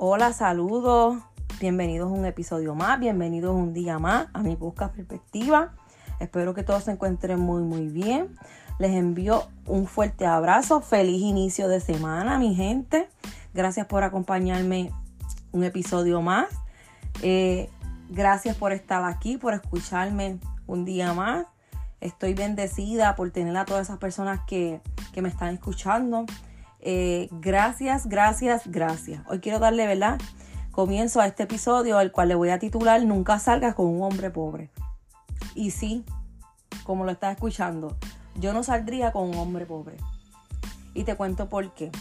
Hola, saludos, bienvenidos a un episodio más, bienvenidos un día más a mi podcast Perspectiva. Espero que todos se encuentren muy bien. Les envío un fuerte abrazo, feliz inicio de semana, mi gente. Gracias por acompañarme un episodio más. Gracias por estar aquí, por escucharme un día más. Estoy bendecida por tener a todas esas personas que me están escuchando. Gracias. Hoy quiero darle, comienzo a este episodio, el cual le voy a titular Nunca salgas con un hombre pobre. Y sí, como lo estás escuchando, yo no saldría con un hombre pobre. Y te cuento por qué.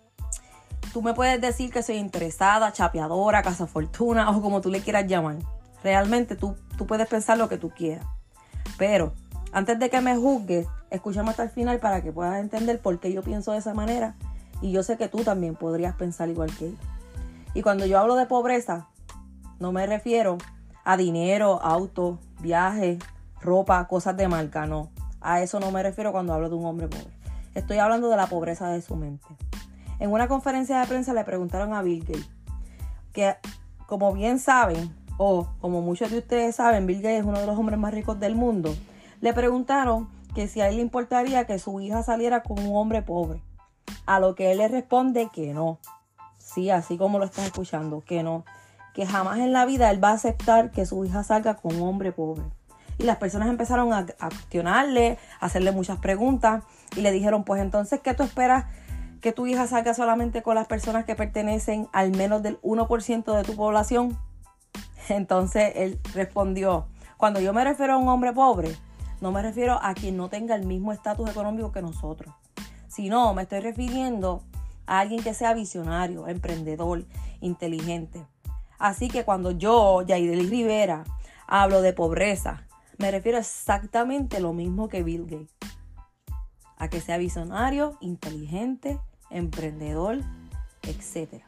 Tú me puedes decir que soy interesada, chapeadora, cazafortuna o como tú le quieras llamar. Realmente tú puedes pensar lo que tú quieras. Pero antes de que me juzgues, escúchame hasta el final para que puedas entender por qué yo pienso de esa manera. Y yo sé que tú también podrías pensar igual que yo. Y cuando yo hablo de pobreza, no me refiero a dinero, auto, viajes, ropa, cosas de marca, no. A eso no me refiero cuando hablo de un hombre pobre. Estoy hablando de la pobreza de su mente. En una conferencia de prensa le preguntaron a Bill Gates, que como bien saben, o como muchos de ustedes saben, Bill Gates es uno de los hombres más ricos del mundo. Le preguntaron que si a él le importaría que su hija saliera con un hombre pobre. A lo que él le responde que no. Sí, así como lo estás escuchando, que no. Que jamás en la vida él va a aceptar que su hija salga con un hombre pobre. Y las personas empezaron a cuestionarle, a hacerle muchas preguntas. Y le dijeron, pues entonces, ¿qué tú esperas que tu hija salga solamente con las personas que pertenecen al menos del 1% de tu población? Entonces él respondió, cuando yo me refiero a un hombre pobre, no me refiero a quien no tenga el mismo estatus económico que nosotros, sino me estoy refiriendo a alguien que sea visionario, emprendedor, inteligente. Así que cuando yo, Yaideli Rivera, hablo de pobreza, me refiero exactamente lo mismo que Bill Gates. A que sea visionario, inteligente, emprendedor, etc.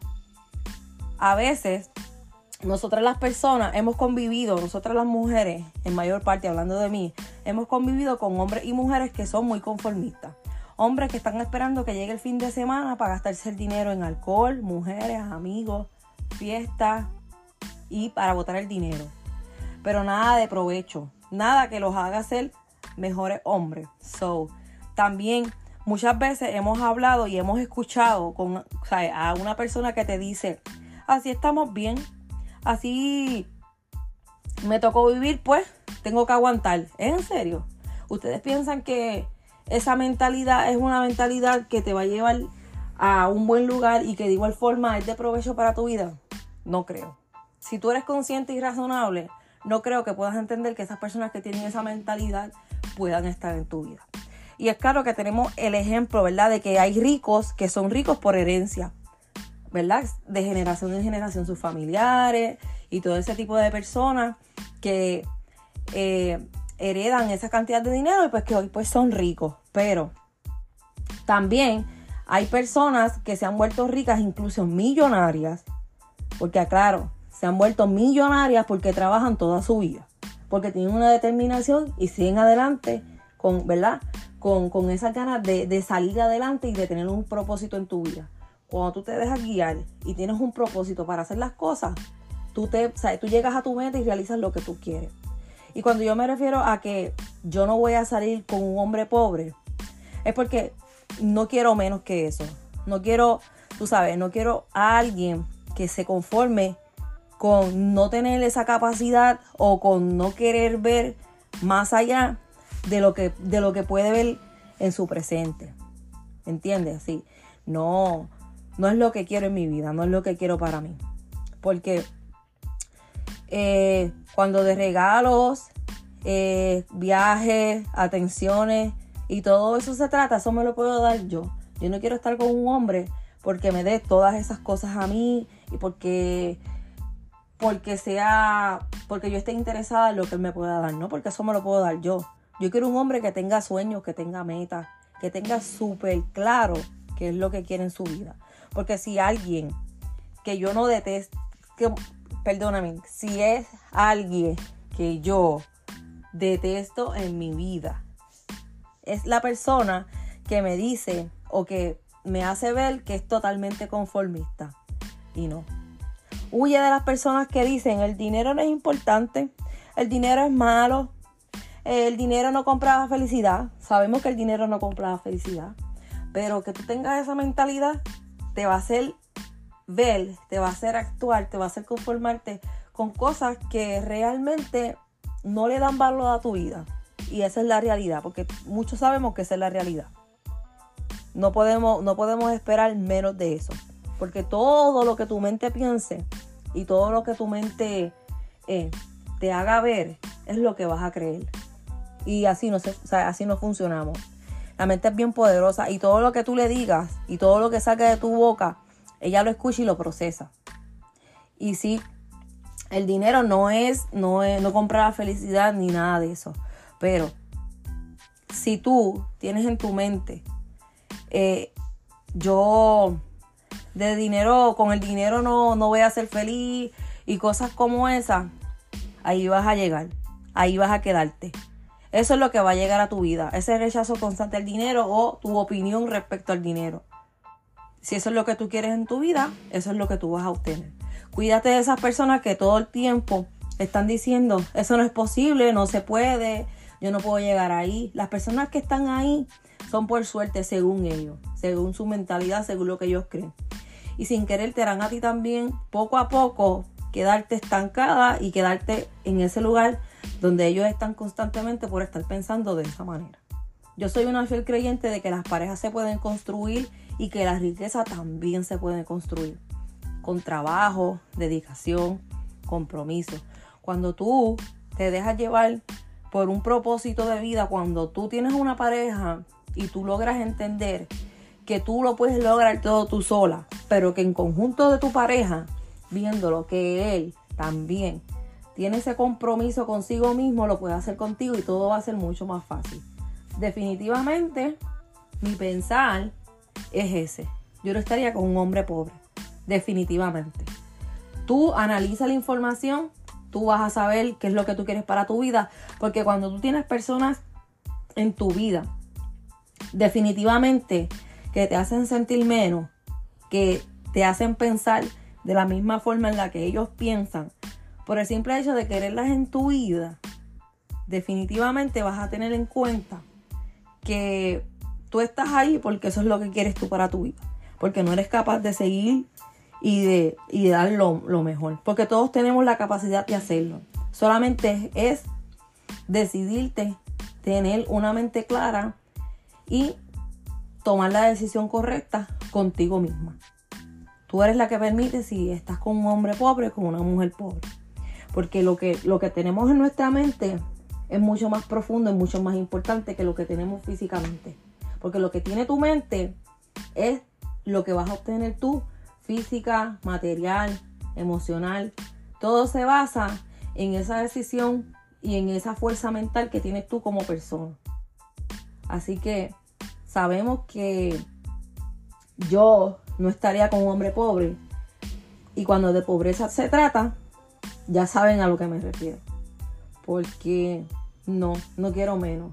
A veces, nosotras las personas hemos convivido, nosotras las mujeres, en mayor parte hablando de mí, hemos convivido con hombres y mujeres que son muy conformistas. Hombres que están esperando que llegue el fin de semana para gastarse el dinero en alcohol, mujeres, amigos, fiestas y para botar el dinero. Pero nada de provecho, nada que los haga ser mejores hombres. También muchas veces hemos hablado y hemos escuchado a una persona que te dice, así estamos bien, así me tocó vivir, pues tengo que aguantar. ¿Es en serio? ¿Ustedes piensan que esa mentalidad es una mentalidad que te va a llevar a un buen lugar y que de igual forma es de provecho para tu vida? No creo. Si tú eres consciente y razonable, no creo que puedas entender que esas personas que tienen esa mentalidad puedan estar en tu vida. Y es claro que tenemos el ejemplo, ¿verdad?, de que hay ricos que son ricos por herencia, ¿verdad? De generación en generación, sus familiares y todo ese tipo de personas que heredan esa cantidad de dinero y pues que hoy pues son ricos. Pero también hay personas que se han vuelto ricas, incluso millonarias, porque aclaro, se han vuelto millonarias porque trabajan toda su vida, porque tienen una determinación y siguen adelante con, ¿verdad?, con esas ganas de salir adelante y de tener un propósito en tu vida. Cuando tú te dejas guiar y tienes un propósito para hacer las cosas, tú llegas a tu meta y realizas lo que tú quieres. Y cuando yo me refiero a que yo no voy a salir con un hombre pobre, es porque no quiero menos que eso. No quiero, no quiero a alguien que se conforme con no tener esa capacidad o con no querer ver más allá de lo que puede ver en su presente. ¿Entiendes? Así. No es lo que quiero en mi vida, no es lo que quiero para mí. Porque cuando de regalos, viajes, atenciones y todo eso se trata, eso me lo puedo dar yo. Yo no quiero estar con un hombre porque me dé todas esas cosas a mí y porque yo esté interesada en lo que él me pueda dar, no, porque eso me lo puedo dar yo. Yo quiero un hombre que tenga sueños, que tenga metas, que tenga súper claro qué es lo que quiere en su vida. Porque si alguien que yo no detesto, si es alguien que yo detesto en mi vida, es la persona que me dice o que me hace ver que es totalmente conformista. Y no. Huye de las personas que dicen el dinero no es importante, el dinero es malo, el dinero no compra la felicidad. Sabemos que el dinero no compra la felicidad, pero que tú tengas esa mentalidad te va a hacer ver, te va a hacer actuar, te va a hacer conformarte con cosas que realmente no le dan valor a tu vida. Y esa es la realidad, porque muchos sabemos que esa es la realidad. No podemos esperar menos de eso, porque todo lo que tu mente piense y todo lo que tu mente te haga ver es lo que vas a creer. Y así no funcionamos. La mente es bien poderosa y todo lo que tú le digas y todo lo que saque de tu boca, ella lo escucha y lo procesa. Y sí, el dinero no compra la felicidad ni nada de eso. Pero si tú tienes en tu mente, yo con el dinero no voy a ser feliz y cosas como esas, ahí vas a llegar, ahí vas a quedarte. Eso es lo que va a llegar a tu vida, ese rechazo constante al dinero o tu opinión respecto al dinero. Si eso es lo que tú quieres en tu vida, eso es lo que tú vas a obtener. Cuídate de esas personas que todo el tiempo están diciendo, eso no es posible, no se puede, yo no puedo llegar ahí. Las personas que están ahí son por suerte según ellos, según su mentalidad, según lo que ellos creen. Y sin querer te harán a ti también, poco a poco, quedarte estancada y quedarte en ese lugar donde ellos están constantemente por estar pensando de esa manera. Yo soy una fiel creyente de que las parejas se pueden construir y que la riqueza también se puede construir. Con trabajo, dedicación, compromiso. Cuando tú te dejas llevar por un propósito de vida, cuando tú tienes una pareja y tú logras entender que tú lo puedes lograr todo tú sola, pero que en conjunto de tu pareja, viéndolo que él también tiene ese compromiso consigo mismo, lo puede hacer contigo y todo va a ser mucho más fácil. Definitivamente, mi pensar es ese. Yo no estaría con un hombre pobre. Definitivamente. Tú analiza la información, tú vas a saber qué es lo que tú quieres para tu vida, porque cuando tú tienes personas en tu vida, definitivamente que te hacen sentir menos, que te hacen pensar de la misma forma en la que ellos piensan, por el simple hecho de quererlas en tu vida, definitivamente vas a tener en cuenta que tú estás ahí porque eso es lo que quieres tú para tu vida, porque no eres capaz de seguir y de dar lo mejor, porque todos tenemos la capacidad de hacerlo. Solamente es decidirte, tener una mente clara y tomar la decisión correcta contigo misma. Tú eres la que permite si estás con un hombre pobre o con una mujer pobre, porque lo que tenemos en nuestra mente es mucho más profundo, es mucho más importante que lo que tenemos físicamente, porque lo que tiene tu mente es lo que vas a obtener tú, física, material, emocional. Todo se basa en esa decisión y en esa fuerza mental que tienes tú como persona. Así que sabemos que yo no estaría con un hombre pobre, y cuando de pobreza se trata, ya saben a lo que me refiero, porque no quiero menos.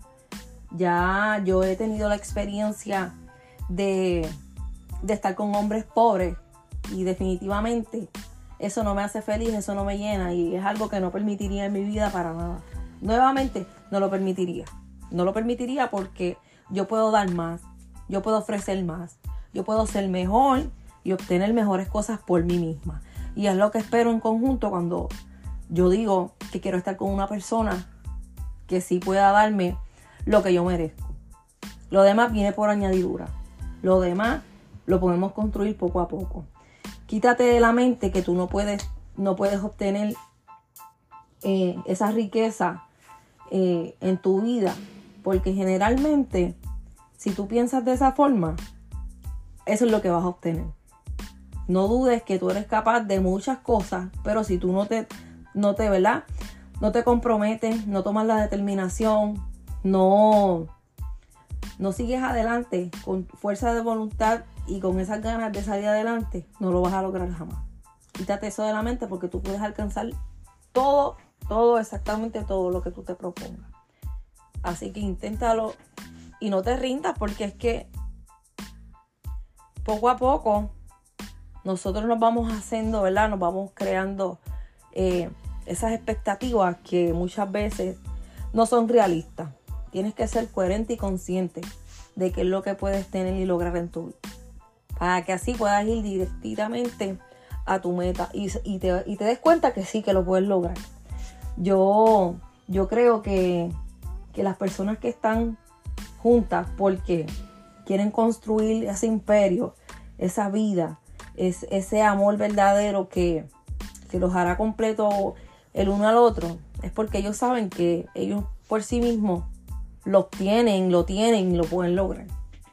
Ya yo he tenido la experiencia de estar con hombres pobres y definitivamente eso no me hace feliz, eso no me llena y es algo que no permitiría en mi vida para nada. Nuevamente, no lo permitiría. No lo permitiría porque yo puedo dar más, yo puedo ofrecer más, yo puedo ser mejor y obtener mejores cosas por mí misma. Y es lo que espero en conjunto cuando yo digo que quiero estar con una persona que sí pueda darme lo que yo merezco. Lo demás viene por añadidura. Lo demás lo podemos construir poco a poco. Quítate de la mente que tú no puedes obtener esa riqueza en tu vida, porque generalmente si tú piensas de esa forma, eso es lo que vas a obtener. No dudes que tú eres capaz de muchas cosas, pero si tú no te comprometes, no tomas la determinación, no sigues adelante con fuerza de voluntad y con esas ganas de salir adelante, no lo vas a lograr jamás. Quítate eso de la mente porque tú puedes alcanzar todo, exactamente todo lo que tú te propongas. Así que inténtalo y no te rindas, porque es que poco a poco nosotros nos vamos haciendo, ¿verdad? Nos vamos creando esas expectativas que muchas veces no son realistas. Tienes que ser coherente y consciente de qué es lo que puedes tener y lograr en tu vida, para que así puedas ir directamente a tu meta y te des cuenta que sí, que lo puedes lograr. Yo creo que las personas que están juntas porque quieren construir ese imperio, esa vida, ese amor verdadero que los hará completo el uno al otro, es porque ellos saben que ellos por sí mismos lo tienen y lo pueden lograr.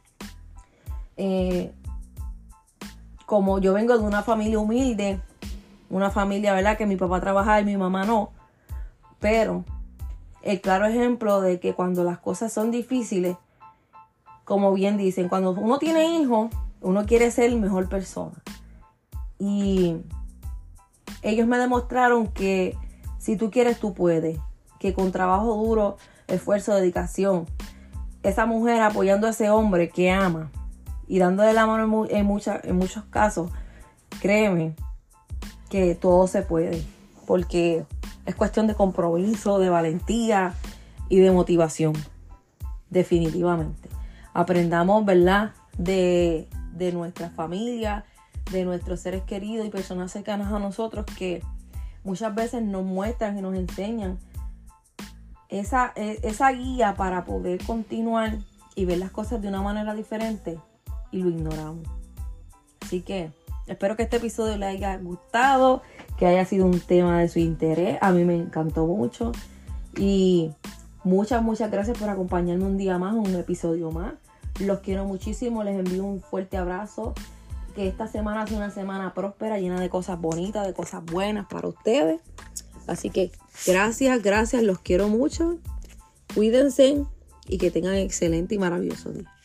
Como yo vengo de una familia humilde, una familia, ¿verdad?, que mi papá trabajaba y mi mamá no, pero el claro ejemplo de que cuando las cosas son difíciles, como bien dicen, cuando uno tiene hijos, uno quiere ser mejor persona. Y ellos me demostraron que si tú quieres, tú puedes. Que con trabajo duro, esfuerzo, dedicación, esa mujer apoyando a ese hombre que ama y dándole la mano en muchos casos, créeme que todo se puede. Porque es cuestión de compromiso, de valentía y de motivación. Definitivamente. Aprendamos, ¿verdad?, de nuestra familia, de nuestros seres queridos y personas cercanas a nosotros que muchas veces nos muestran y nos enseñan esa guía para poder continuar y ver las cosas de una manera diferente, y lo ignoramos. Así que espero que este episodio les haya gustado, que haya sido un tema de su interés. A mí me encantó mucho y muchas gracias por acompañarme un día más, un episodio más. Los quiero muchísimo, les envío un fuerte abrazo. Que esta semana sea una semana próspera, llena de cosas bonitas, de cosas buenas para ustedes. Así que gracias, los quiero mucho. Cuídense y que tengan excelente y maravilloso día.